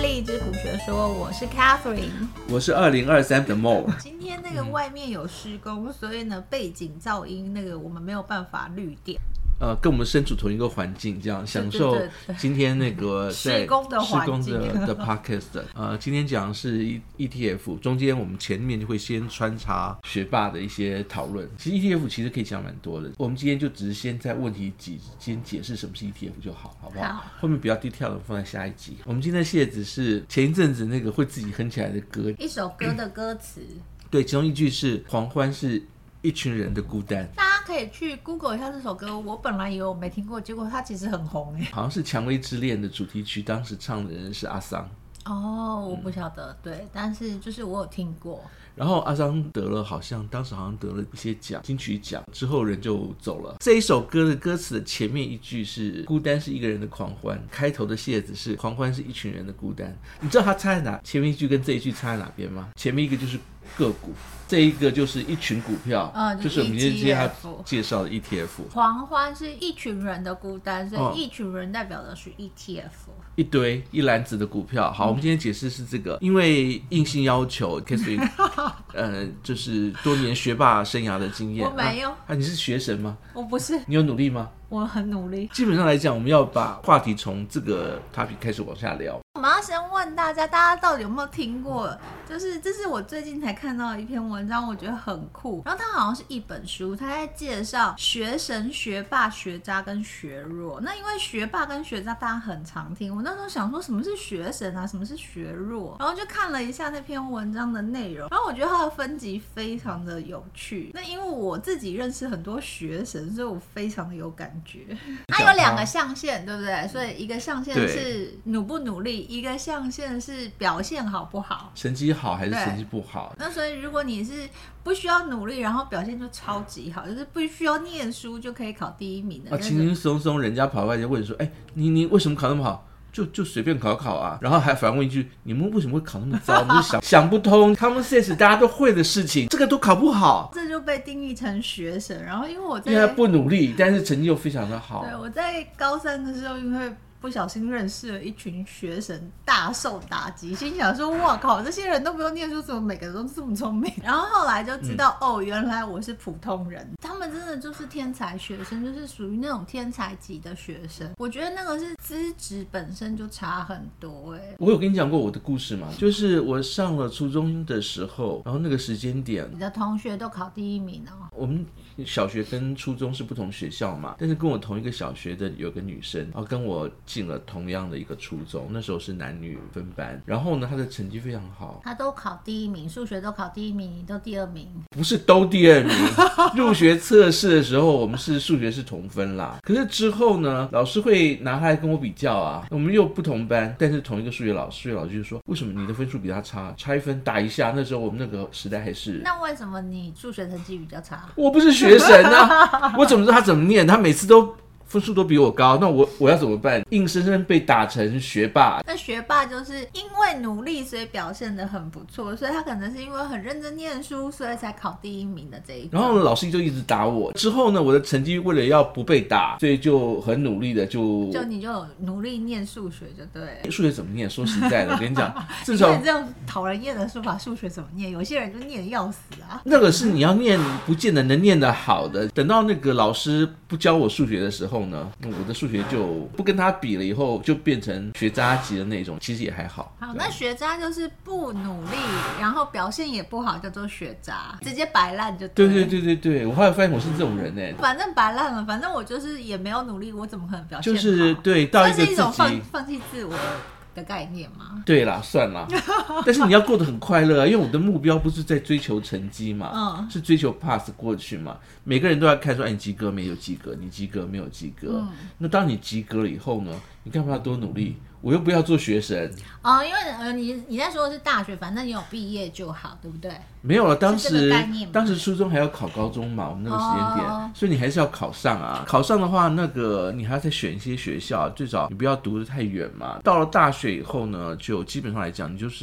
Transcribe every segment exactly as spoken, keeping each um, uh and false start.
一只股学说，我是 Catherine， 我是二零二三的 Mo。 今天那个外面有施工、嗯、所以呢背景噪音那个我们没有办法滤掉， 呃，跟我们身处同一个环境，这样享受今天那个在施工的环境施工的的 podcast。呃，今天讲的是 E T F， 中间我们前面就会先穿插学霸的一些讨论。其实 E T F 其实可以讲蛮多的，我们今天就只是先在问题几先解释什么是 E T F 就好，好不好？ 好， 后面比较 detail 的放在下一集。我们今天的谢子是前一阵子那个会自己哼起来的歌， 一首歌的歌词， 对，其中一句是狂欢是一群人的孤单。 大家可以去 Google 一下这首歌，我本来以为我没听过，结果它其实很红耶， 好像是《蔷薇之恋》的主题曲，当时唱的人是阿桑。 哦，我不晓得、嗯、对，但是就是我有听过。 然后阿桑得了，好像当时好像得了一些奖，金曲奖，之后人就走了。这一首歌的歌词的前面一句是孤单是一个人的狂欢，开头的谢子是狂欢是一群人的孤单。你知道它差在哪？前面一句跟这一句差在哪边吗？前面一个就是个股，这一个就是一群股票， 嗯、 就是我们今天他介绍的 E T F。 狂欢是一群人的孤单，所以一群人代表的是 E T F、哦、 一堆一篮子的股票。好，我们今天解释是这个，因为硬性要求 Catherine 呃，就是多年学霸生涯的经验。 我没有啊, 啊，你是学神吗？ 我不是。 你有努力吗？ 我很努力。 基本上来讲，我们要把话题从这个 topic 开始往下聊。 我们要先问大家，大家到底有没有听过？就是这是我最近才看到的一篇文章，我觉得很酷。然后它好像是一本书，它在介绍学神、学霸、学渣跟学弱。那因为学霸跟学渣大家很常听，我那时候想说什么是学神啊，什么是学弱，然后就看了一下那篇文章的内容，然后我觉得它的分级非常的有趣。那因为我自己认识很多学神，所以我非常的有感觉。它有两个象限，对不对？所以一个象限是努不努力，一个象限是表现好不好， 成绩好还是成绩不好。 那所以如果你是不需要努力，然后表现就超级好，就是不需要念书就可以考第一名的、啊、 轻轻松松，人家跑过来就问说，哎，你你为什么考那么好？就就随便考考啊，然后还反问一句，你们为什么会考那么糟？我们就想想不通 common sense 大家都会的事情，这个都考不好， 这就被定义成学神。然后因为我在因为他不努力，但是成绩又非常的好。 对，我在高三的时候，因为不小心认识了一群学神，大受打击，心想说哇靠，这些人都不用念书，怎么每个人都这么聪明？然后后来就知道、嗯、哦，原来我是普通人，他们真的就是天才学生，就是属于那种天才级的学生。我觉得那个是资质本身就差很多。哎， 我有跟你讲过我的故事吗？就是我上了初中的时候，然后那个时间点， 你的同学都考第一名哦。 我们小学跟初中是不同学校嘛，但是跟我同一个小学的有个女生，然后跟我进了同样的一个初中，那时候是男女分班，然后呢她的成绩非常好， 她都考第一名，数学都考第一名，你都第二名。 不是都第二名入学测试的时候我们是数学是同分啦，可是之后呢老师会拿她来跟我比较啊，我们又不同班，但是同一个数学老师，数学老师就说为什么你的分数比他差，差一分打一下。那时候我们那个时代还是， 那为什么你数学成绩比较差？ 我不是学神啊我怎么知道他怎么念？他每次都分数都比我高，那我我要怎么办？硬生生被打成学霸。 那学霸就是因为努力所以表现得很不错，所以他可能是因为很认真念书，所以才考第一名的这一种。 然后呢老师就一直打我，之后呢我的成绩为了要不被打，所以就很努力的就就你就有努力念数学就对。 数学怎么念？说实在的我跟你讲至少你这种讨人厌的说法，数学怎么念？有些人就念得要死啊。 那个是你要念不见得能念得好的，等到那个老师不教我数学的时候呢，我的数学就不跟他比了，以后就变成学渣级的那种，其实也还好。 好，那学渣就是不努力，然后表现也不好，叫做学渣，直接摆烂就对。 对对对对对，我后来发现我是这种人哎， 反正摆烂了，反正我就是也没有努力，我怎么可能表现好？ 就是对，到一个自己这是一种放放弃自我的概念吗？ 对啦，算啦但是你要过得很快乐啊，因为我的目标不是在追求成绩嘛、嗯、是追求 pass 过去嘛。每个人都要看说，哎，你及格没有及格，你及格没有及格、嗯、那当你及格了以后呢，你干嘛要多努力？我又不要做学神哦，因为呃，你你在说的是大学，反正你有毕业就好，对不对？ 没有了，当时当时初中还要考高中嘛，我们那个时间点、哦，所以你还是要考上啊。考上的话，那个你还要再选一些学校，最早你不要读得太远嘛。到了大学以后呢，就基本上来讲，你就是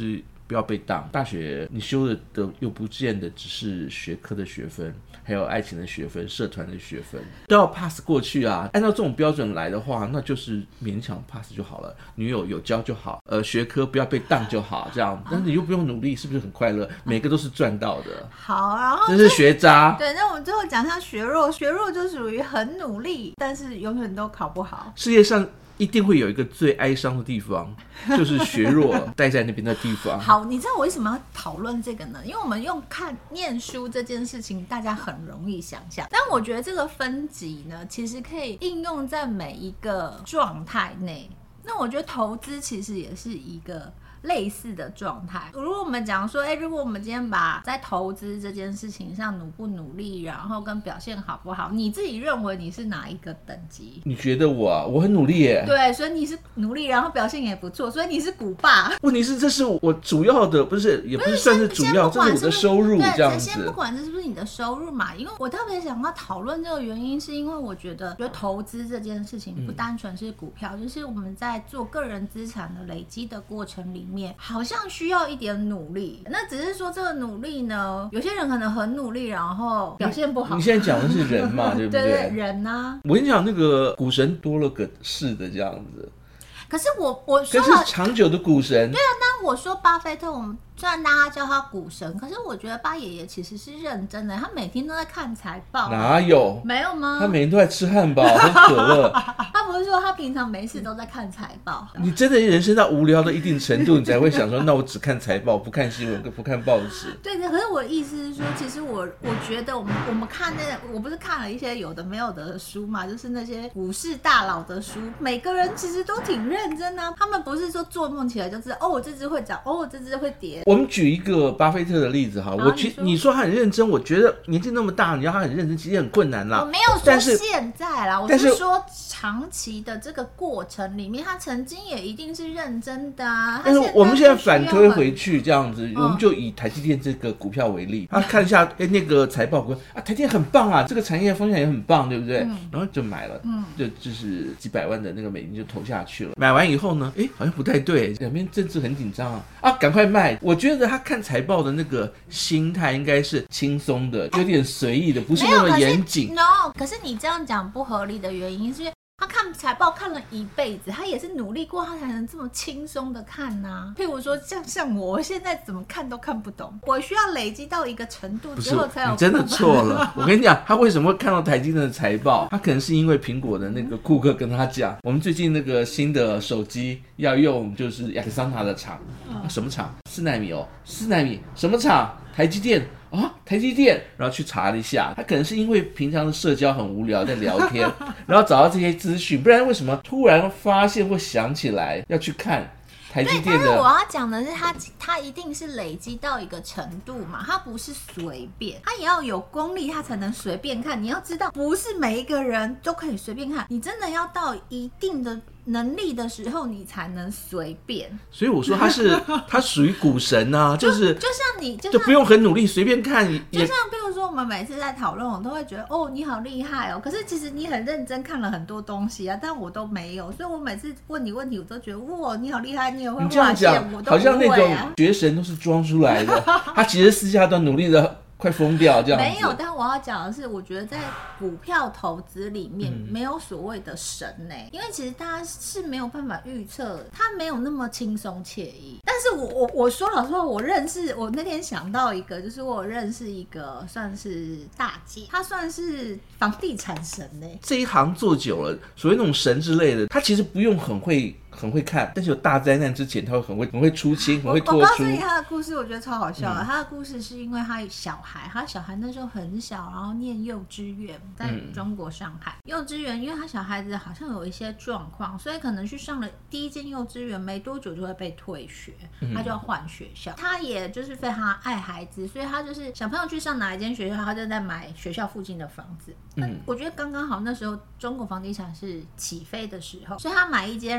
不要被当。大学你修的的又不见得只是学科的学分，还有爱情的学分、社团的学分，都要 pass 过去啊。按照这种标准来的话，那就是勉强 pass 就好了，女友有交就好，呃，学科不要被当就好，这样。但是你又不用努力，是不是很快乐？每个都是赚到的。 好，然后这是学渣。 对，那我们最后讲一下学弱。学弱就属于很努力，但是永远都考不好。 世界上一定会有一个最哀伤的地方，就是学弱待在那边的地方。 好，你知道我为什么要讨论这个呢？因为我们用看念书这件事情，大家很容易想象，但我觉得这个分级呢，其实可以应用在每一个状态内。那我觉得投资其实也是一个类似的状态。如果我们讲说，哎，如果我们今天把在投资这件事情上努不努力，然后跟表现好不好，你自己认为你是哪一个等级？ 你觉得我啊，我很努力耶。 对，所以你是努力，然后表现也不错，所以你是股霸。 问题是，这是我主要的，不是，也不是算是主要，这是我的收入，这样子。 先不管这是不是你的收入嘛，因为我特别想要讨论这个原因，是因为我觉得，觉得投资这件事情不单纯是股票，嗯、就是我们在做个人资产的累积的过程里面，好像需要一点努力。那只是说这个努力呢，有些人可能很努力，然后表现不好。 你现在讲的是人嘛，对不对？ 对对，人啊。 我跟你讲，那个股神多了个是的这样子。 可是我我说可是长久的股神。 对啊，那我说巴菲特，我们虽然大家叫他股神，可是我觉得巴爷爷其实是认真的，他每天都在看财报。 哪有？ 没有吗？ 他每天都在吃汉堡、喝可乐。 他不是说他平常没事都在看财报。 你真的人生到无聊到一定程度，你才会想说，那我只看财报，不看新闻，不看报纸。 对的，可是我的意思是说，其实我我觉得我们我们看那我不是看了一些有的没有的书嘛，就是那些股市大佬的书，每个人其实都挺认真啊。他们不是说做梦起来就知道，哦，这只会涨，哦，这只会跌。 我们举一个巴菲特的例子哈，我觉你说他很认真，我觉得年纪那么大，你要他很认真，其实很困难啦。 我没有说现在啦，我是说长期的这个过程里面，他曾经也一定是认真的啊。 但是我们现在反推回去这样子，嗯、我们就以台积电这个股票为例，他看一下哎那个财报股啊，台积电很棒啊，这个产业方向也很棒，对不对？嗯、然后就买了，嗯，就就是几百万的那个美金就投下去了。买完以后呢，哎，好像不太对，两边政治很紧张啊，啊，赶快卖！我觉得他看财报的那个心态应该是轻松的，有点随意的，不是那么严谨。 No， 可是你这样讲不合理的原因是因为他看财报看了一辈子，他也是努力过，他才能这么轻松的看呐、啊。譬如说，像像我，我现在怎么看都看不懂，我需要累积到一个程度之后才有。 你真的错了，我跟你讲，他为什么会看到台积电的财报？他可能是因为苹果的那个库克跟他讲，我们最近那个新的手机要用就是亚克桑塔的厂、啊，什么厂？四奈米哦，四奈米什么厂？台积电。啊，台积电，然后去查了一下，他可能是因为平常的社交很无聊，在聊天，然后找到这些资讯，不然为什么突然发现或想起来要去看台积电的？ 对，但是我要讲的是他，他一定是累积到一个程度嘛，他不是随便，他也要有功力，他才能随便看。你要知道，不是每一个人都可以随便看，你真的要到一定的能力的时候，你才能随便。 所以我说他是他属于股神啊，就是就像你就, 就不用很努力随便看， 就像比如说我们每次在讨论，我都会觉得哦你好厉害哦，可是其实你很认真看了很多东西啊，但我都没有，所以我每次问你问题，我都觉得哇你好厉害，你也会画线，我都不会啊。 好像那种学神都是装出来的，他其实私下都努力的。快疯掉这样子。 没有，但我要讲的是，我觉得在股票投资里面没有所谓的神呢、欸嗯，因为其实大家是没有办法预测，它没有那么轻松惬意。但是我我我说老实话，我认识我那天想到一个，就是我认识一个算是大姐，她算是房地产神呢、欸。 这一行做久了，所谓那种神之类的，她其实不用很会。很会看，但是有大灾难之前，他会很会很会出清，很会脱出。 我告诉你他的故事，我觉得超好笑的。嗯、他的故事是因为他小孩，他小孩那时候很小，然后念幼稚园，在中国上海、嗯、幼稚园，因为他小孩子好像有一些状况，所以可能去上了第一间幼稚园，没多久就会被退学，他就要换学校。嗯、他也就是非常爱孩子，所以他就是小朋友去上哪一间学校，他就在买学校附近的房子。嗯，我觉得刚刚好那时候中国房地产是起飞的时候，所以他买一间，然后小朋友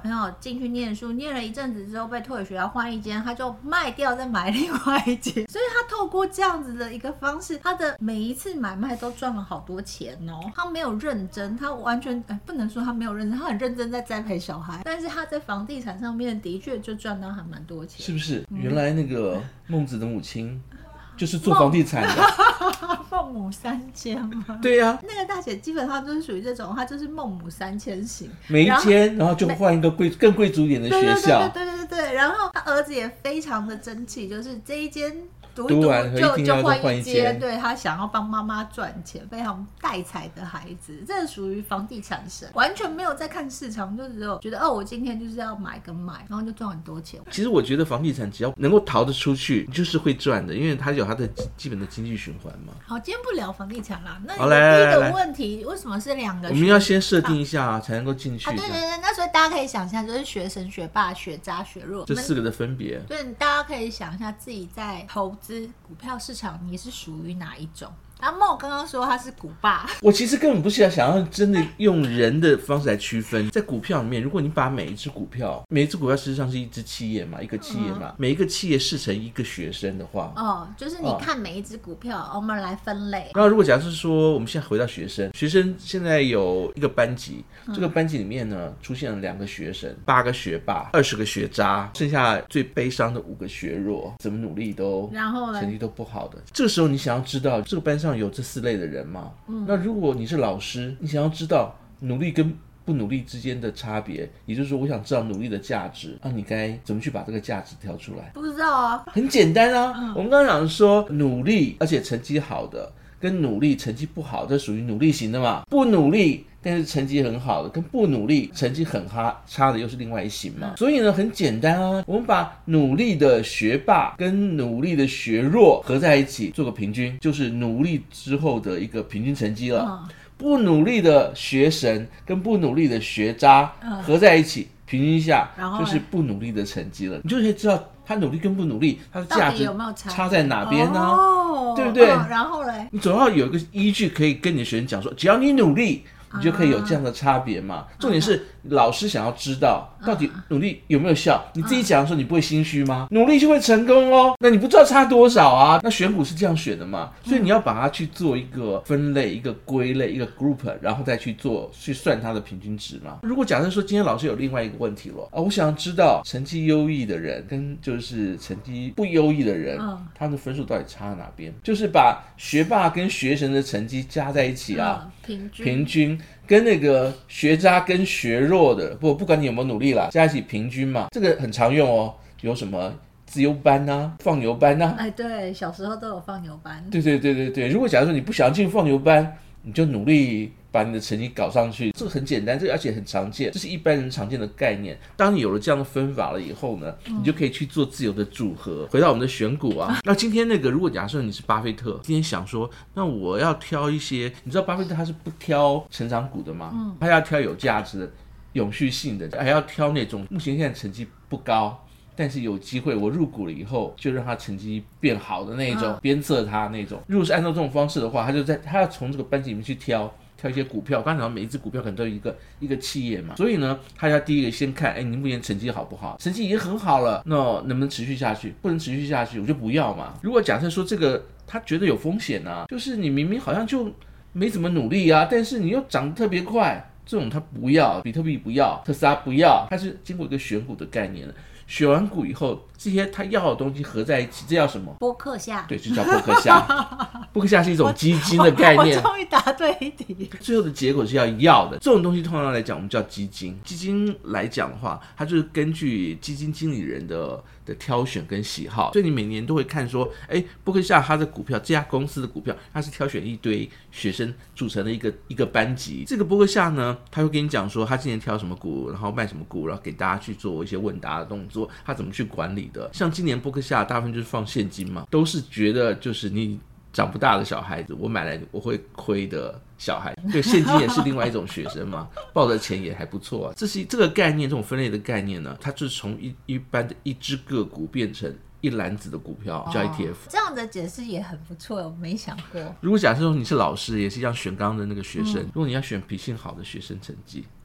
朋友进去念书，念了一阵子之后被退学，要换一间，他就卖掉再买另外一间。所以他透过这样子的一个方式，他的每一次买卖都赚了好多钱哦。他没有认真，他完全、哎、不能说他没有认真，他很认真在栽培小孩，但是他在房地产上面的确就赚到还蛮多钱。 是不是？嗯、原来那个孟子的母亲就是做房地产的， 孟母三迁吗？ 对呀、啊， 那个大姐基本上就是属于这种，她就是孟母三迁型， 每一间然后就换一个贵更贵族一点的学校， 对对对对对对。然后她儿子也非常的争气，就是这一间读一读就就换一间，对，他想要帮妈妈赚钱，非常带财的孩子，这属于房地产神，完全没有在看市场，就只有觉得哦，我今天就是要买跟买，然后就赚很多钱。 其实我觉得房地产只要能够逃得出去，就是会赚的，因为它有它的基本的经济循环嘛。 好，今天不聊房地产啦。那好，来第一个问题，为什么是两个？ 我们要先设定一下、啊、才能够进去、 啊。对对对，那所以大家可以想象，就是学神、学霸、学渣、学弱这四个的分别。 对，大家可以想一下自己在投资股票市场，你是属于哪一种？阿梦刚刚说他是股霸， 我其实根本不是想要真的用人的方式来区分。在股票里面，如果你把每一只股票，每一只股票事实上是一只企业嘛，一个企业嘛，嗯、每一个企业视成一个学生的话， 哦，就是你看每一只股票，哦、我们来分类。 然后如果假设说，我们现在回到学生，学生现在有一个班级，这个班级里面呢出现了两个学生，八个学霸，二十个学渣，剩下最悲伤的五个学弱，怎么努力都， 然后成绩都不好的。这个时候你想要知道这个班上有这四类的人吗？嗯，那如果你是老师，你想要知道努力跟不努力之间的差别，也就是说我想知道努力的价值，那、啊、你该怎么去把这个价值挑出来？ 不知道啊， 很简单啊、嗯、我们刚刚讲说努力而且成绩好的跟努力成绩不好，这属于努力型的嘛。不努力但是成绩很好的跟不努力成绩很差的又是另外一型嘛。所以呢很简单啊，我们把努力的学霸跟努力的学弱合在一起做个平均，就是努力之后的一个平均成绩了、嗯、不努力的学神跟不努力的学渣合在一起、嗯、平均一下就是不努力的成绩了。你就可以知道他努力跟不努力他的价值差在哪边呢、啊哦、对不对、哦、 然后嘞你总要有一个依据可以跟你的学生讲说，只要你努力你就可以有这样的差别嘛、啊、重点是老师想要知道到底努力有没有效、啊、你自己讲的时候你不会心虚吗？努力就会成功哦，那你不知道差多少啊。那选股是这样选的嘛，所以你要把它去做一个分类一个归类一个 group， 然后再去做去算它的平均值嘛。如果假设说今天老师有另外一个问题了啊，我想知道成绩优异的人跟就是成绩不优异的人、嗯、他们的分数到底差哪边，就是把学霸跟学神的成绩加在一起啊、嗯、 平均平均跟那个学渣跟学弱的，不不管你有没有努力啦，加一起平均嘛，这个很常用哦。有什么自由班啊、放牛班啊？ 哎，对，小时候都有放牛班。 对对对对对，如果假如说你不想进放牛班，你就努力把你的成绩搞上去，这个很简单，这个而且很常见，这是一般人常见的概念。当你有了这样的分法了以后呢，你就可以去做自由的组合。回到我们的选股啊，那今天那个如果假设你是巴菲特，今天想说，那我要挑一些，你知道巴菲特他是不挑成长股的吗？嗯，他要挑有价值的、永续性的，还要挑那种目前现在成绩不高。但是有机会我入股了以后就让他成绩变好的那种、嗯、鞭策他那种。如果是按照这种方式的话，他就在他要从这个班级里面去挑挑一些股票，刚才讲每一只股票可能都有一个一个企业嘛，所以呢他要第一个先看，哎，你目前成绩好不好？成绩已经很好了，那能不能持续下去？不能持续下去我就不要嘛。如果假设说这个他觉得有风险啊，就是你明明好像就没怎么努力啊，但是你又涨得特别快，这种他不要，比特币不要，特斯拉不要，他是经过一个选股的概念的。选完股以后，这些他要的东西合在一起，这叫什么？ 波克夏。 对，就叫波克夏。波克夏是一种基金的概念。 我终于答对一题。 最后的结果是要要的，这种东西通常来讲，我们叫基金。基金来讲的话，它就是根据基金经理人的的挑选跟喜好，所以你每年都会看说，哎，波克夏它的股票，这家公司的股票，它是挑选一堆学生组成的一个一个班级。这个波克夏呢，他会跟你讲说，他今年挑什么股，然后卖什么股，然后给大家去做一些问答的动作。他怎么去管理的？像今年波克夏大部分就是放现金嘛，都是觉得就是你长不大的小孩子，我买来我会亏的小孩，对，现金也是另外一种学生嘛，抱的钱也还不错啊。这是这个概念，这种分类的概念呢，它就是从一一般的一只个股变成一篮子的股票叫 E T F、哦、 这样的解释也很不错，我没想过。 如果假设说你是老师，也是一样选刚刚的那个学生、嗯、如果你要选脾性好的学生成绩，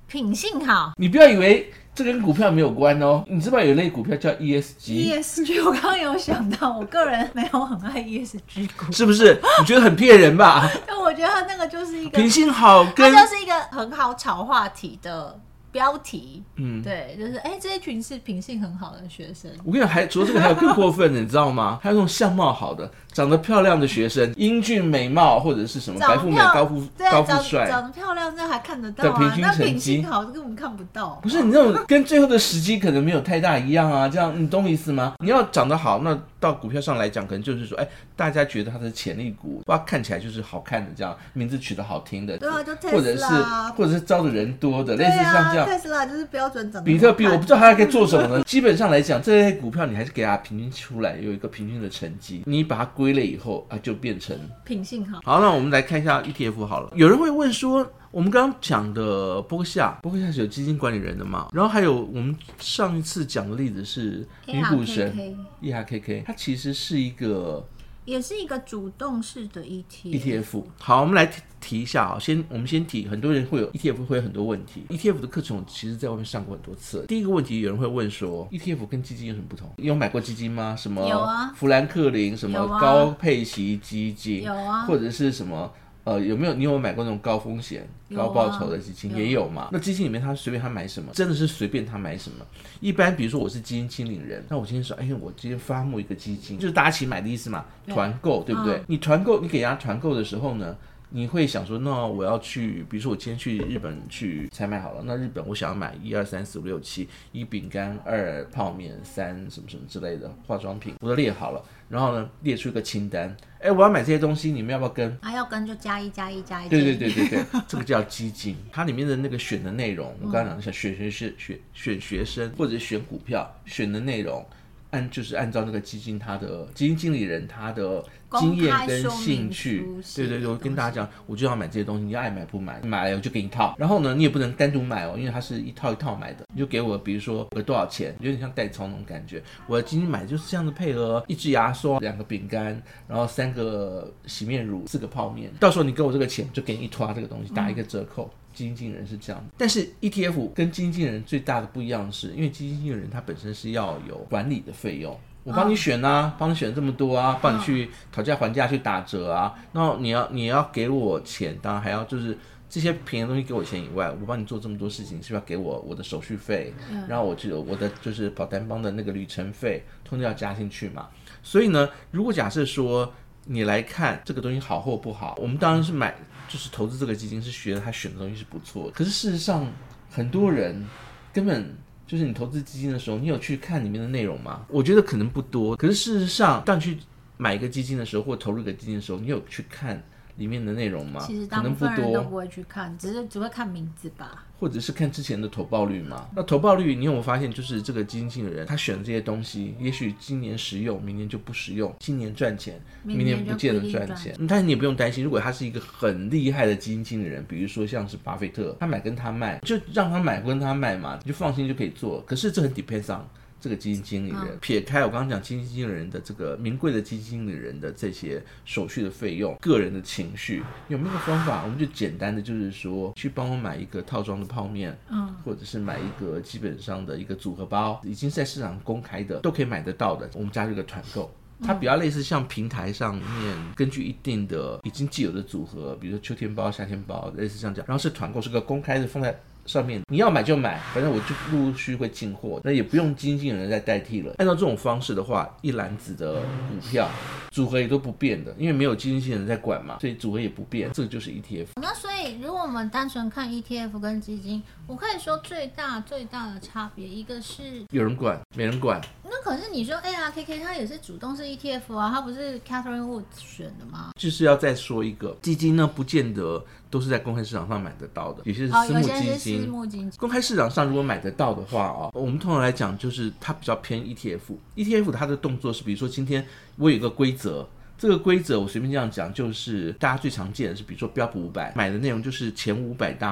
品性好。 你不要以为这跟股票没有关哦，你知不知道有一类股票叫 E S G？E S G 我刚刚有想到，我个人没有很爱 E S G 股， 是不是？你觉得很骗人吧？ 但我觉得它那个就是一个品性好跟， 它就是一个很好炒话题的标题。嗯，对，就是哎、欸，这一群是品性很好的学生。 我跟你讲，还除了这个还有更过分的，你知道吗？还有那种相貌好的、长得漂亮的学生，英俊美貌或者是什么白富美、高富高富帅， 长得漂亮这还看得到啊， 平均成绩， 那品性好根本看不到。 不是你那种跟最后的时机可能没有太大一样啊，这样你懂我意思吗？你要长得好，那到股票上来讲，可能就是说，哎，大家觉得它是潜力股，哇，看起来就是好看的，这样名字取得好听的， 对啊，就 Tesla， 或者是或者是招的人多的，类似像这样。 Tesla 就是标准长得。 比特币我不知道它可以做什么呢？基本上来讲，这类股票你还是给它平均出来，有一个平均的成绩，你把它归类以后啊，就变成品性好。 好，那我们来看一下 E T F 好了。有人会问说，我们刚刚讲的波克夏，波克夏是有基金管理人的嘛？然后还有我们上一次讲的例子是女股神 E H K K， 它其实是一个。 也是一个主动式的 E T F。 E T F 好，我们来 提, 提一下啊，先我们先提，很多人会有 E T F 会有很多问题。E T F 的课程我其实在外面上过很多次。第一个问题，有人会问说 ，E T F 跟基金有什么不同？你有买过基金吗？什么？ 有啊。 富兰克林什么高配息基金？ 有啊。 或者是什么？呃，有没有你有买过那种高风险、高报酬的基金？也有嘛。那基金里面他随便他买什么，真的是随便他买什么。一般比如说我是基金经理人，那我今天说，哎，我今天发募一个基金，就是大家一起买的意思嘛，团购，对不对？嗯、你团购，你给人家团购的时候呢？你会想说，那我要去，比如说我今天去日本去采买好了，那日本我想要买一二三四五六七，一饼干，二泡面，三什么什么之类的化妆品，我都列好了，然后呢列出一个清单，哎，我要买这些东西，你们要不要跟？ 啊，要跟就加一加一加一。 对对对对对，这个叫基金，它里面的那个选的内容，我刚刚讲的像选学生、选选学生或者选股票选的内容。按就是按照那个基金，他的基金经理人他的经验跟兴趣，对对对，我跟大家讲，我就要买这些东西，你爱买不买，买了我就给你套。然后呢，你也不能单独买哦，因为它是一套一套买的，你就给我，比如说有多少钱，有点像代操那种感觉。我的基金买就是这样的配额：一支牙刷，两个饼干，然后三个洗面乳，四个泡面。到时候你给我这个钱，就给你一拖这个东西，打一个折扣。嗯基金经理人是这样，但是 E T F 跟基金经理人最大的不一样的是，因为基金经理人他本身是要有管理的费用，我帮你选啊，帮你选这么多啊，帮你去讨价还价去打折啊，然后你要你要给我钱，当然还要就是这些便宜的东西给我钱以外，我帮你做这么多事情，是不是要给我我的手续费？嗯、然后我就我的就是保单帮的那个旅程费，通通要加进去嘛。所以呢，如果假设说你来看这个东西好或不好，我们当然是买。就是投资这个基金是觉得他选的东西是不错的，可是事实上很多人根本就是你投资基金的时候，你有去看里面的内容吗？我觉得可能不多。可是事实上，当你去买一个基金的时候，或投入一个基金的时候，你有去看里面的内容吗？ 其实大部分人都不会去看，只是只会看名字吧。 或者是看之前的投报率嘛？那投报率，你有没有发现，就是这个基金经理人他选的这些东西，也许今年实用，明年就不实用；今年赚钱，明年不见得赚钱。但是你也不用担心，如果他是一个很厉害的基金经理人，比如说像是巴菲特，他买跟他卖，就让他买跟他卖嘛，你就放心就可以做。可是这很 depends on。这个基金经理人、嗯、撇开我刚刚讲基金经理人的这个名贵的基金经理人的这些手续的费用，个人的情绪，有没有个方法？我们就简单的就是说，去帮我买一个套装的泡面，嗯，或者是买一个基本上的一个组合包，已经在市场公开的都可以买得到的，我们加入一个团购。它比较类似像平台上面根据一定的已经既有的组合，比如说秋天包、夏天包，类似像这样，然后是团购，是个公开的放在上面，你要买就买，反正我就陆续会进货，那也不用基金经理人再代替了。按照这种方式的话，一篮子的股票组合也都不变的，因为没有基金经理人在管嘛，所以组合也不变，这个就是 E T F。 那所以如果我们单纯看 E T F 跟基金，我可以说最大最大的差别，一个是有人管，没人管。 那可是你说 A R K K 它也是主动式 E T F 啊，它不是 Catherine Wood 选的吗？ 就是要再说一个，基金呢不见得都是在公开市场上买得到的，有些是私募基金。哦、私募基金公开市场上如果买得到的话哦，我们通常来讲就是它比较偏 E T F。E T F 它的动作是，比如说今天我有一个规则。这个规则我随便这样讲，就是大家最常见的是，比如说标普五百买的内容就是前五百大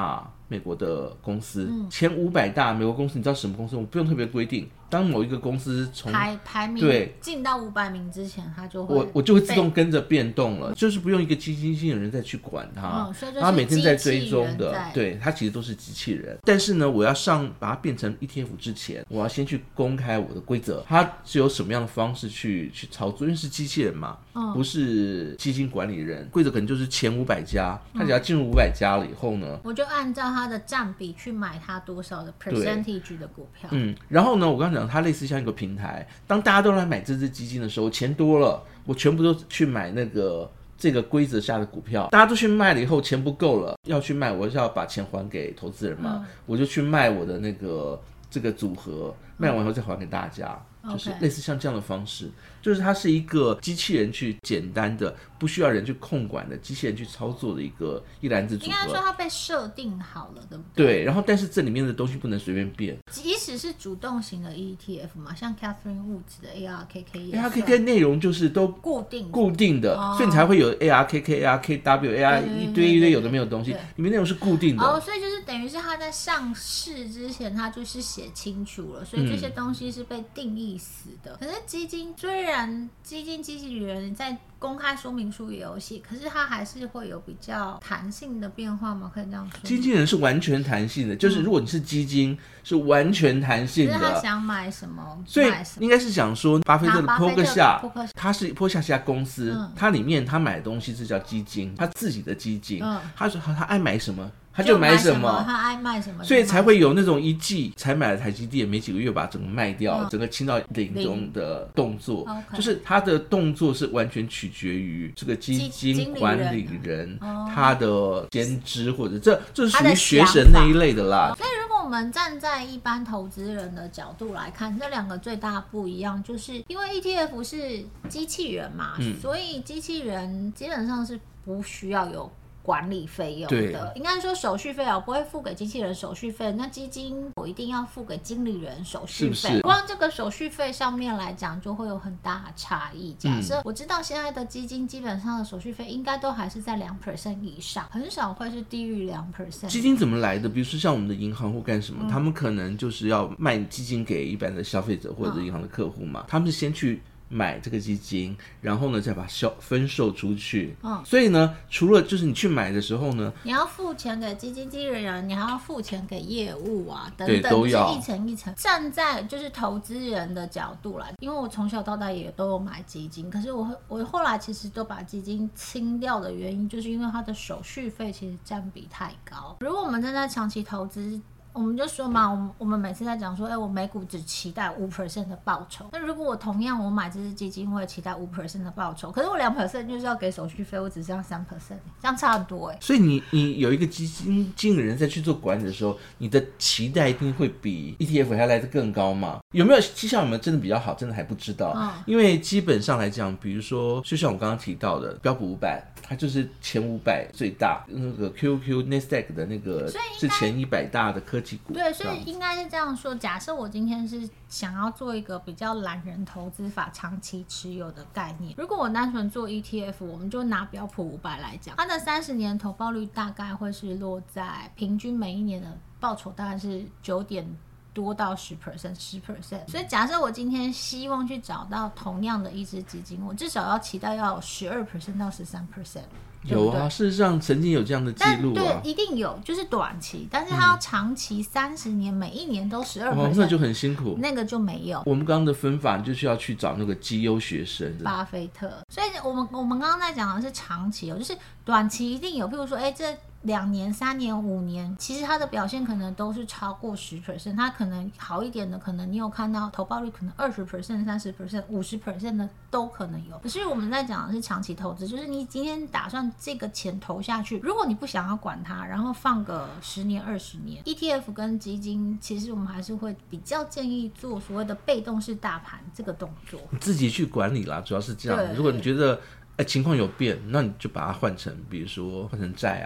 美国的公司， 嗯、 前五百大美国公司，你知道什么公司？我不用特别规定。当某一个公司从排排名对进到五百名之前，它就会我我就会自动跟着变动了，就是不用一个基金经理人再去管它， 嗯、所以就是他每天在追踪的， 在对，它其实都是机器人。但是呢，我要上把它变成 E T F 之前，我要先去公开我的规则，它是有什么样的方式去去操作，因为是机器人嘛， 嗯、 不是基金管理人，规则可能就是前五百家，它只要进入五百家了以后呢， 我就按照它的占比去买它多少的 percentage 的股票。 嗯，然后呢，我刚刚讲它类似像一个平台，当大家都来买这支基金的时候，钱多了，我全部都去买那个这个规则下的股票，大家都去卖了以后，钱不够了，要去卖，我就要把钱还给投资人嘛，嗯、我就去卖我的那个这个组合，卖完以后再还给大家。嗯、就是类似像这样的方式，就是它是一个机器人去简单的不需要人去控管的机器人去操作的一个一篮子组合。 应该说它被设定好了，对不对？ 对，然后但是这里面的东西不能随便变。 即使是主动型的 E T F 嘛，像 Catherine Woods 的 A R K K 也 A R K K 内容就是都固定固定的，哦、所以你才会有 A R K K、A R K W、A R 一堆一堆有的没有东西，里面内容是固定的。 哦，所以就是等于是它在上市之前，它就是写清楚了，所以这些东西是被定义死的。嗯、可是基金虽然基金经纪人在公开说明书也有写，可是它还是会有比较弹性的变化吗？可以这样说？ 基金人是完全弹性的，就是如果你是基金，嗯、是完全弹性的。 可是他想买什么？ 所以应该是讲说，巴菲特的波克夏，他是波克夏是家公司，嗯、它里面他买的东西是叫基金，他自己的基金，嗯、他说他爱买什么。他就买什么， 他爱卖什么， 所以才会有那种一季才买了台积电，没几个月把整个卖掉，嗯、整个清到零中的动作， okay. 就是他的动作是完全取决于这个基金管理人他的先知，或者这这是属于学神那一类的啦。 所以如果我们站在一般投资人的角度来看，这两个最大不一样，就是因为 E T F 是机器人嘛，嗯、所以机器人基本上是不需要有管理费用的，应该说手续费啊，我不会付给机器人手续费，那基金我一定要付给经理人手续费， 是是光这个手续费上面来讲就会有很大的差异。假设、嗯、我知道现在的基金基本上的手续费应该都还是在 百分之二 以上，很少会是低于 百分之二。 基金怎么来的？比如说像我们的银行或干什么、嗯、他们可能就是要卖基金给一般的消费者或者银行的客户嘛、嗯、他们是先去买这个基金，然后呢再把它分售出去。嗯，所以呢，除了就是你去买的时候呢， 你要付钱给基金经理人，你还要付钱给业务啊，等等，都要就是一层一层。站在就是投资人的角度来，因为我从小到大也都有买基金，可是我我后来其实都把基金清掉的原因，就是因为它的手续费其实占比太高。如果我们站在长期投资，我们就说嘛，我们我们每次在讲说，哎，我每股只期待 百分之五 的报酬。那如果我同样我买这支基金，我也期待 百分之五 的报酬，可是我 百分之二 就是要给手续费，我只剩下 百分之三，这样差很多哎。 所以你你有一个基金经理人在去做管理的时候，你的期待一定会比 E T F 还来得更高嘛？有没有绩效有没有真的比较好？真的还不知道，嗯、因为基本上来讲，比如说就像我刚刚提到的标普五百，它就是前五百最大，那个 Q Q Nasdaq 的那个是前一百大的科技。 对，所以应该是这样说。假设我今天是想要做一个比较懒人投资法长期持有的概念，如果我单纯做 E T F， 我们就拿标普五百来讲，它的三十年投报率大概会是落在平均每一年的报酬大概是九点多到 百分之十 百分之十。 所以假设我今天希望去找到同样的一支基金，我至少要期待要有 百分之十二 到 百分之十三。 有啊，事实上曾经有这样的记录啊， 对，一定有，就是短期，但是它要长期三十年、嗯，每一年都 百分之十二，哦， 那就很辛苦， 那个就没有。 我们刚刚的分法就是要去找那个绩优学生， 巴菲特。所以我们我们刚刚在讲的是长期哦，就是短期一定有，譬如说，哎，这两年、三年、五年，其实它的表现可能都是超过 百分之十， 它可能好一点的，可能你有看到投报率可能 百分之二十、三十、百分之五十 的都可能有。可是我们在讲的是长期投资，就是你今天打算这个钱投下去，如果你不想要管它，然后放个十年、二十年 ，E T F 跟基金，其实我们还是会比较建议做所谓的被动式大盘这个动作， 你自己去管理啦，主要是这样。如果你觉得哎情况有变，那你就把它换成，比如说换成债啊。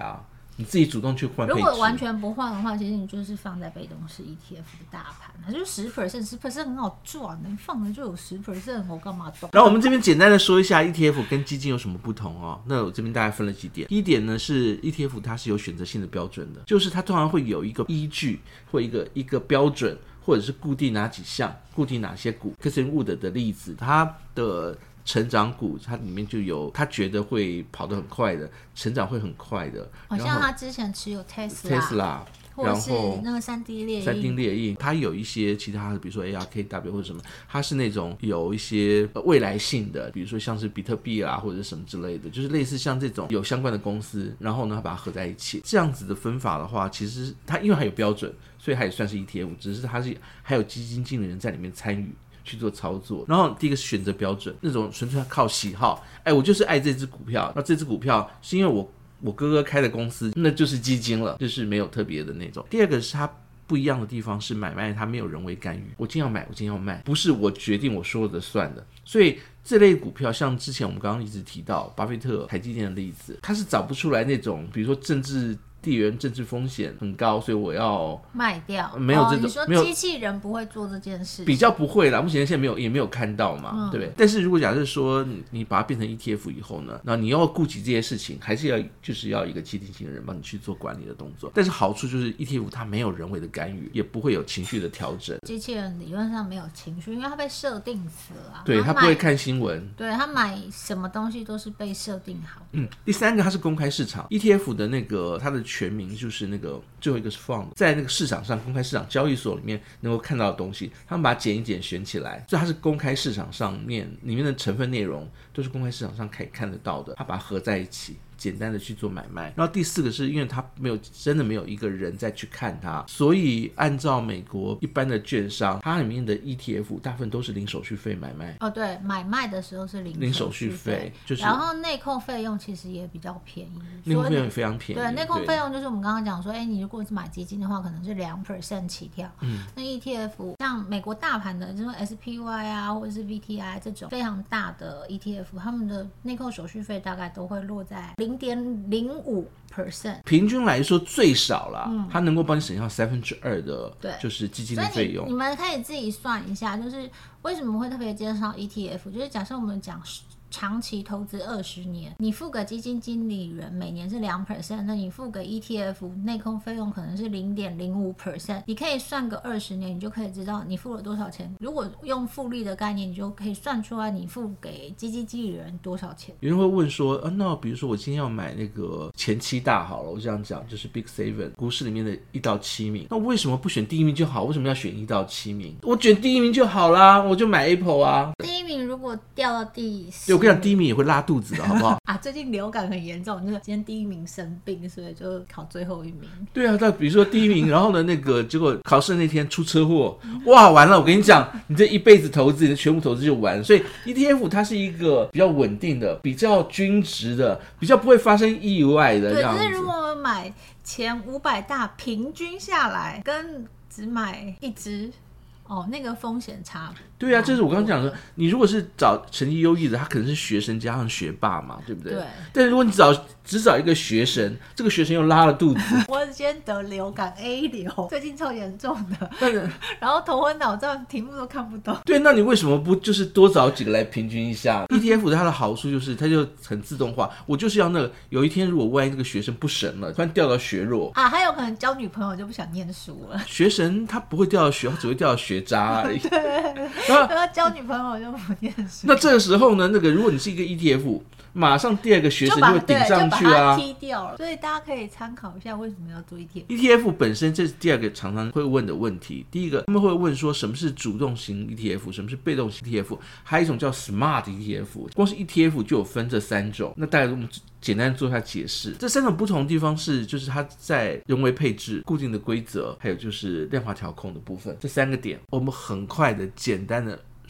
你自己主动去换配置。 如果完全不换的话，其实你就是放在被动式 E T F 的大盘，它就十 percent， 十 percent 很好赚，你放了就有十 percent， 我干嘛动？ 然后我们这边简单的说一下 E T F 跟基金有什么不同哦。那我这边大概分了几点。第一点呢是 E T F 它是有选择性的标准的，就是它通常会有一个依据或一个一个标准，或者是固定哪几项、固定哪些股。Catherine Wood 的例子，它的成长股，它里面就有他觉得会跑得很快的，成长会很快的。 好像他之前持有 Tesla。 或者是那个三 D 猎鹰， 三 D 猎鹰，它有一些其他的，比如说 A R K W 或者什么，它是那种有一些未来性的，比如说像是比特币啊或者什么之类的，就是类似像这种有相关的公司，然后呢它把它合在一起，这样子的分法的话，其实它因为还有标准，所以它也算是 E T F， 只是它是还有基金经理人在里面参与去做操作。然后第一个是选择标准，那种纯粹靠喜好，哎，我就是爱这只股票，那这只股票是因为我我哥哥开的公司，那就是基金了，就是没有特别的那种。第二个是它不一样的地方是买卖它没有人为干预，我今天要买我今天要卖，不是我决定我说了的算的。所以这类股票像之前我们刚刚一直提到巴菲特台积电的例子，它是找不出来那种比如说政治地缘政治风险很高，所以我要卖掉。 没有这种， 哦、你说机器人不会做这件事， 比较不会啦。目前现在没有也没有看到嘛，嗯、对不对？但是如果假设说 你, 你把它变成 E T F 以后呢，那你要顾及这些事情，还是要就是要一个基金型的人帮你去做管理的动作。但是好处就是 E T F 它没有人为的干预，也不会有情绪的调整。 机器人理论上没有情绪，因为它被设定死了、啊。 对，它不会看新闻。 对，它买什么东西都是被设定好的。 嗯，第三个它是公开市场 ，E T F 的那个它的全名就是那个最后一个是 fund， 在那个市场上公开市场交易所里面能够看到的东西，他们把它剪一剪选起来，所以它是公开市场上面里面的成分内容都是公开市场上可以看得到的，它把它合在一起。简单的去做买卖。然后第四个是因为它没有真的没有一个人再去看它，所以按照美国一般的券商，它里面的 E T F 大部分都是零手续费买卖。 哦，对，买卖的时候是零零手续费，就是。 然后内扣费用其实也比较便宜， 内扣费用也非常便宜。 对，内扣费用就是我们刚刚讲说，哎，你如果是买基金的话，可能是两 percent 起跳。嗯。那 E T F 像美国大盘的，就是 S P Y 啊，或者是 V T I 这种非常大的 E T F， 他们的内扣手续费大概都会落在零点零五 percent， 平均来说最少啦，嗯、它能够帮你省下三分之二的，就是基金的费用。 你, 你们可以自己算一下，就是为什么会特别介绍 E T F， 就是假设我们讲长期投资二十年，你付给基金经理人每年是两 percent， 那你付给 E T F 内扣费用可能是零点零五 percent， 你可以算个二十年，你就可以知道你付了多少钱。如果用复利的概念，你就可以算出来你付给基金经理人多少钱。 有人会问说，啊，那比如说我今天要买那个前七大好了，我这样讲就是 Big Seven 股市里面的一到七名，那为什么不选第一名就好？为什么要选一到七名？我选第一名就好啦，我就买 Apple 啊。 第一名如果掉到第十， 我跟你讲，第一名也会拉肚子的，好不好？ 啊，最近流感很严重，就是今天第一名生病，所以就考最后一名。 对啊，但比如说第一名，然后呢，那个结果考试那天出车祸，哇，完了！我跟你讲，你这一辈子投资，你的全部投资就完了。所以 E T F 它是一个比较稳定的、比较均值的、比较不会发生意外的这样子。 对，就是如果我们买前五百大，平均下来跟只买一只。哦，那个风险差。 对啊，这是我刚刚讲的。你如果是找成绩优异的，他可能是学生加上学霸嘛，对不对？ 对。 但是如果你找只找一个学生，这个学生又拉了肚子， 我今天得流感 A 流，最近超严重的，然后头昏脑胀，题目都看不懂。 对，那你为什么不就是多找几个来平均一下？E T F 它的好处就是它就很自动化，我就是要那个。有一天如果万一这个学生不神了，突然掉到学弱啊，还有可能交女朋友就不想念书了。 学神他不会掉到学，他只会掉到学渣而已。 对。然后交女朋友就不念书。 那这个时候呢，那个如果你是一个 E T F， 马上第二个学生就会顶上去啊， 踢掉了。所以大家可以参考一下为什么要做 E T F。 E T F 本身这是第二个常常会问的问题。第一个他们会问说什么是主动型 E T F， 什么是被动型 E T F， 还有一种叫 Smart E T F。光是 E T F 就有分这三种。那大概我们简单做一下解释。这三种不同的地方是，就是它在人为配置、固定的规则，还有就是量化调控的部分。这三个点，我们很快的、简单的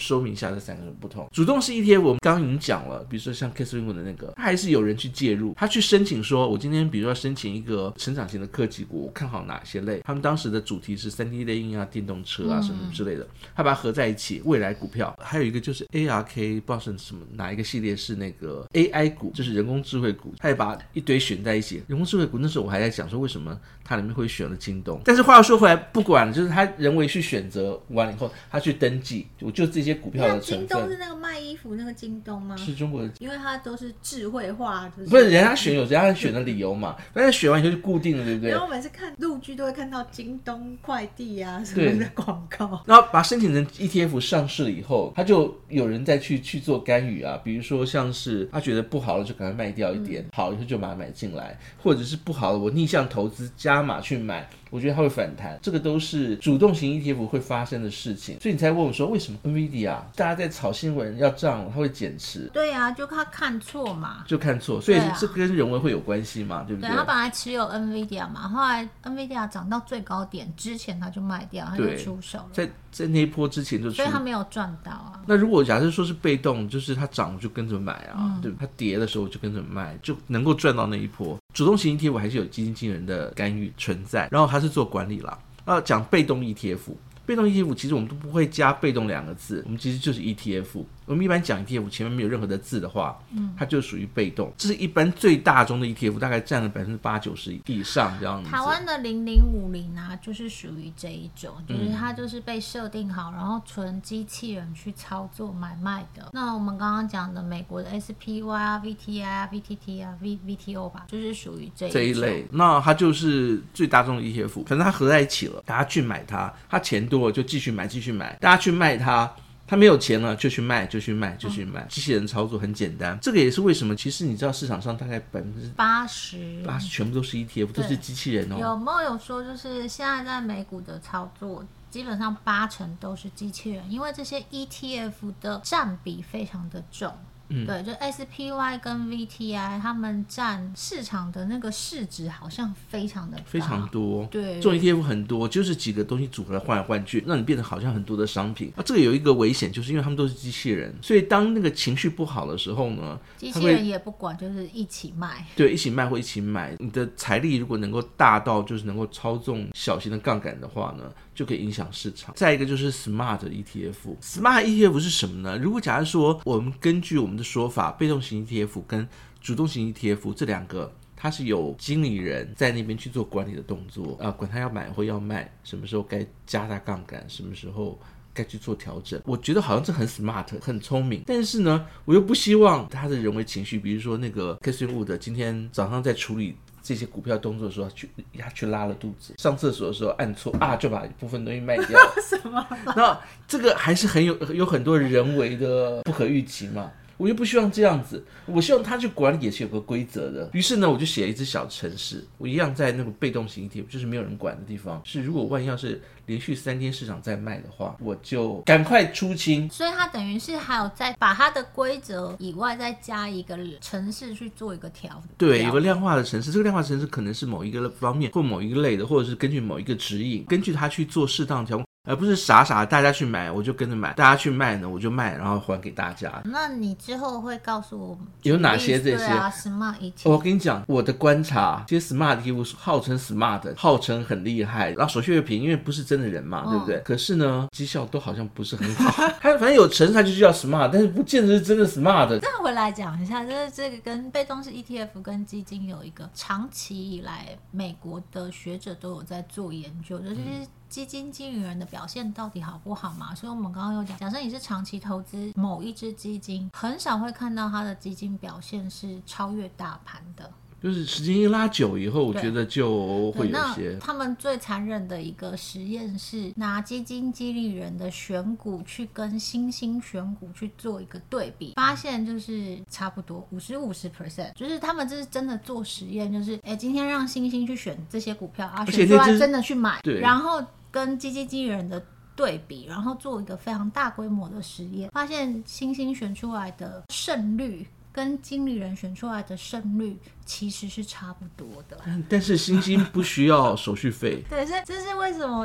说明一下这三个不同。主动式 E T F 我们刚刚已经讲了，比如说像 Casey Wood 的那个，他还是有人去介入，他去申请说，我今天比如说要申请一个成长型的科技股，我看好哪些类，他们当时的主题是 三 D 列印啊、电动车啊什么之类的，他把它合在一起，未来股票。还有一个就是 A R K 不知道是什么哪一个系列是那个 A I 股，就是人工智慧股，他也把一堆选在一起。人工智慧股那时候我还在讲说为什么它里面会选了京东，但是话又说回来，不管了，就是他人为去选择完了以后，他去登记，我就这些股票的成分。 京东是那个卖衣服那个京东吗？ 是中国的， 因为它都是智慧化，就是、 不是人家选有人家选的理由嘛，反正选完以后就固定了，对不对？ 然后我每次看陆剧都会看到京东快递啊什么的广告， 然后把它申请成 E T F 上市了以后，他就有人再去去做干预啊，比如说像是他觉得不好了就赶快卖掉一点，嗯、好了以后就把它买进来，或者是不好了我逆向投资加码去买，我觉得它会反弹，这个都是主动型 E T F 会发生的事情。所以你才问我说为什么 Nvidia 大家在炒新闻要涨它会减持？ 对啊，就他看错嘛， 就看错，所以这跟人为会有关系嘛，对不对？ 对，他本来持有 Nvidia 嘛，后来 Nvidia 涨到最高点之前他就卖掉，他就出手了， 在在那一波之前就出， 所以他没有赚到啊。 那如果假设说是被动，就是它涨就跟着买啊，嗯、对，它跌的时候就跟着卖，就能够赚到那一波。主动型 E T F 还是有基金经理人的干预存在，然后它是做管理啦。那讲被动 E T F， 被动 E T F 其实我们都不会加被动两个字，我们其实就是 E T F。我们一般讲 E T F 前面没有任何的字的话，嗯，它就属于被动。这是一般最大宗的 E T F， 大概占了百分之八九十以上这样子。 台湾的零零五零啊，就是属于这一种，就是它就是被设定好，然后纯机器人去操作买卖的。那我们刚刚讲的美国的 S P Y 啊、V T I 啊、V T T 啊、V VTO 吧，就是属于这一这一类。那它就是最大宗的 E T F， 反正它合在一起了，大家去买它，它钱多了就继续买继续买，大家去卖它。他没有钱了就去卖就去卖就去卖，机器人操作很简单。这个也是为什么其实你知道市场上大概百分之八十八十全部都是 E T F， 都是机器人哦。 有没有说就是现在在美股的操作基本上八成都是机器人，因为这些 E T F 的占比非常的重。嗯、对，就 S P Y 跟 V T I 他们占市场的那个市值好像非常的高， 非常多。 对， 这种 E T F 很多，就是几个东西组合来换来换去，让你变得好像很多的商品。啊，这个有一个危险，就是因为他们都是机器人，所以当那个情绪不好的时候呢， 机器人也不管，就是一起卖。对， 一起卖或一起买。你的财力如果能够大到就是能够操纵小型的杠杆的话呢，就可以影响市场。再一个就是 Smart E T F。Smart E T F 是什么呢？如果假如说我们根据我们的说法，被动型 E T F 跟主动型 E T F 这两个，它是有经理人在那边去做管理的动作啊、呃，管他要买或要卖，什么时候该加大杠杆，什么时候该去做调整。我觉得好像这很 smart 很聪明，但是呢我又不希望他的人为情绪，比如说那个 Casey Wood 今天早上在处理这些股票动作的时候，去他去拉了肚子，上厕所的时候按错啊，就把一部分东西卖掉什么？ 那这个还是很有有很多人为的不可预期嘛。我又不希望这样子，我希望他去管理也是有个规则的。于是呢，我就写了一只小程式，我一样在那个被动型 E T F， 就是没有人管的地方，是如果万一要是连续三天市场在卖的话，我就赶快出清。 所以它等于是还有再把它的规则以外再加一个程式去做一个调。 对，有个量化的程式，这个量化程式可能是某一个方面或某一个类的，或者是根据某一个指引，根据它去做适当调控。而不是傻傻大家去买我就跟着买，大家去卖呢我就卖，然后还给大家。 那你之后会告诉我们有哪些这些、 啊、Smart E T F？ 我跟你讲，我的观察，这些 Smart E T F 号称 Smart， 号称很厉害，然后手续费便宜，因为不是真的人嘛，嗯、对不对？可是呢，绩效都好像不是很好。它反正有程式它就叫 Smart， 但是不见得是真的 Smart。 再回来讲一下，就是这个跟被动式 E T F 跟基金有一个长期以来美国的学者都有在做研究，就是。嗯基金经理人的表现到底好不好嘛？所以我们刚刚有讲，假设你是长期投资某一只基金，很少会看到它的基金表现是超越大盘的。 就是时间一拉久以后，我觉得就会有些。 他们最残忍的一个实验是拿基金经理人的选股去跟新兴选股去做一个对比，发现就是差不多五十五十 percent， 就是他们这是真的做实验，就是哎，今天让新兴去选这些股票啊，选出来真的去买，然后跟基金经理人的对比，然后做一个非常大规模的实验，发现新兴选出来的胜率跟经理人选出来的胜率其实是差不多的。 但是新兴不需要手续费。 对，这这是为什么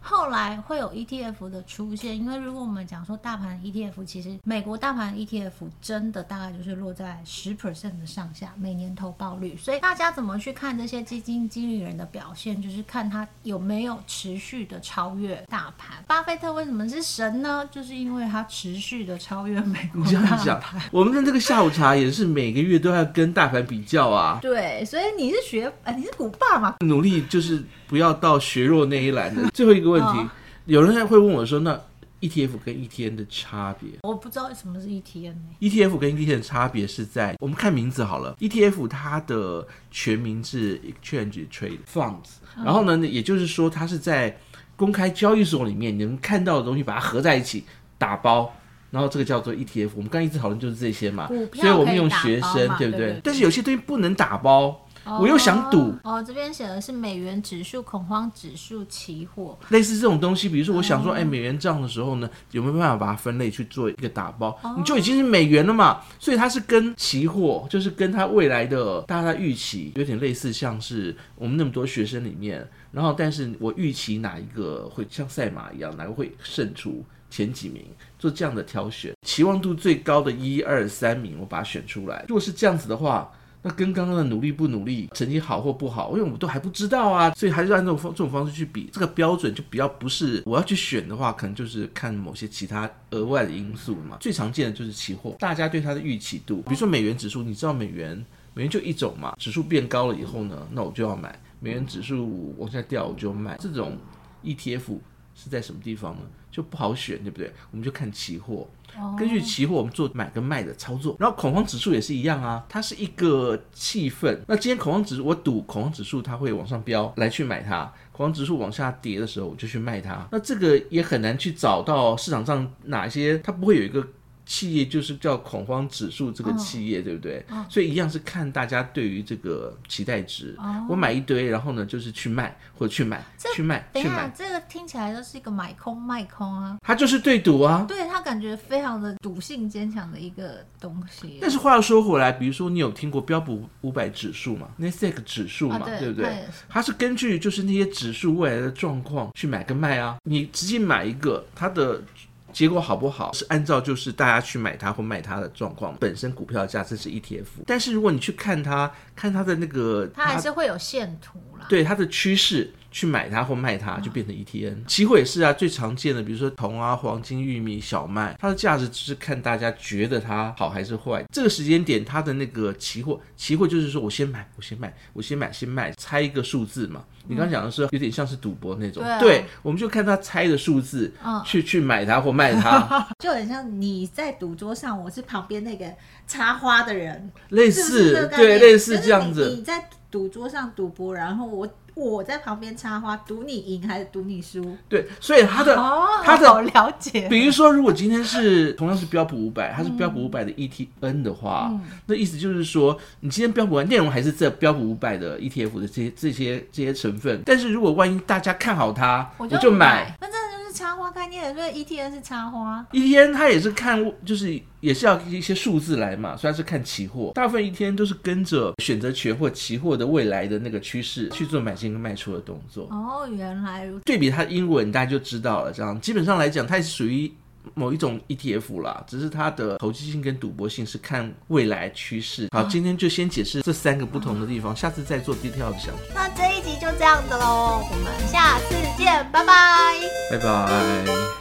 后来会有 E T F 的出现，因为如果我们讲说大盘 E T F， 其实美国大盘 E T F 真的大概就是落在 百分之十 的上下每年投报率，所以大家怎么去看这些基金经理人的表现，就是看他有没有持续的超越大盘。巴菲特为什么是神呢？就是因为他持续的超越美国大盘。你这样讲， 我们的这个下午茶也是每个月都要跟大盘比较啊。 对，所以你是学，呃，你是股爸嘛？ 努力就是不要到学弱那一栏的。最后一个问题，哦、有人会问我说，那 E T F 跟 E T N 的差别？ 我不知道什么是 E T N 呢、欸、 ？E T F 跟 E T N 的差别是在我们看名字好了。E T F 它的全名是 Exchange Trade Funds，、嗯、然后呢，也就是说它是在公开交易所里面你能看到的东西，把它合在一起打包。然后这个叫做 E T F， 我们刚刚一直讨论就是这些嘛，所以我们用学生，对不 对, 对, 对？但是有些东西不能打包，哦、我又想赌。 哦，这边写的是美元指数、恐慌指数、期货， 类似这种东西。比如说，我想说，哎、哦，美元账的时候呢，有没有办法把它分类去做一个打包？哦、你就已经是美元了嘛，所以它是跟期货，就是跟它未来的大家的预期有点类似，像是我们那么多学生里面，然后但是我预期哪一个会像赛马一样，哪个会胜出。前几名做这样的挑选，期望度最高的一二三名我把它选出来。如果是这样子的话，那跟刚刚的努力不努力，成绩好或不好，因为我们都还不知道啊，所以还是按这种这种方式去比，这个标准就比较不是我要去选的话，可能就是看某些其他额外的因素嘛。最常见的就是期货，大家对它的预期度，比如说美元指数，你知道美元美元就一种嘛，指数变高了以后呢，那我就要买；美元指数往下掉我就卖。这种 E T F 是在什么地方呢？就不好选，对不对？我们就看期货，根据期货我们做买跟卖的操作。然后恐慌指数也是一样啊，它是一个气氛。那今天恐慌指数，我赌恐慌指数它会往上飙，来去买它；恐慌指数往下跌的时候，我就去卖它。那这个也很难去找到市场上哪些，它不会有一个企业就是叫恐慌指数这个企业、哦、对不对、哦、所以一样是看大家对于这个期待值、哦、我买一堆然后呢就是去卖或者去买去卖等一下去买， 这个听起来就是一个买空卖空啊， 它就是对赌啊， 对，它感觉非常的赌性坚强的一个东西。 但是话又说回来，比如说你有听过标普五百指数嘛， N A S D A Q 指数嘛、啊、对, 对不对？它是根据就是那些指数未来的状况去买跟卖啊，你直接买一个它的结果好不好是按照就是大家去买它或卖它的状况，本身股票的价值是 E T F， 但是如果你去看它看它的那个它还是会有线图啦， 对它的趋势去买它或卖它就变成 E T N、嗯、期货也是啊，最常见的比如说铜啊、黄金、玉米、小麦，它的价值只是看大家觉得它好还是坏，这个时间点它的那个期货期货就是说我先买我先卖我先买先卖，猜一个数字嘛，你刚刚讲的是有点像是赌博那种、嗯、对, 啊、对，我们就看他猜的数字、嗯、去去买它或卖它就很像你在赌桌上，我是旁边那个插花的人， 类似是是对类似这样子， 你, 你在赌桌上赌博，然后我我在旁边插花，赌你赢还是赌你输？ 对，所以他的、 哦、 他的好了解。 比如说，如果今天是同样是标普五百，它是标普五百的 E T N 的话、嗯，那意思就是说，你今天标普五百内容还是这标普五百的 E T F 的这些这些这些成分，但是如果万一大家看好它，我就 买, 我就买， 那真的就是插花概念，所以 E T N 是插花。 E T N 它也是看，就是也是要一些数字来嘛，所以它是看期货，大部分 E T N 都是跟着选择权或期货的未来的那个趋势去做买进跟卖出的动作。 哦，原来如此。 对比它的英文大家就知道了，这样基本上来讲它也是属于某一种 E T F 啦，只是它的投机性跟赌博性是看未来趋势。好，今天就先解释这三个不同的地方，下次再做 detail 的详述。 那这一集就这样子咯，我们下次见，拜拜， 拜拜。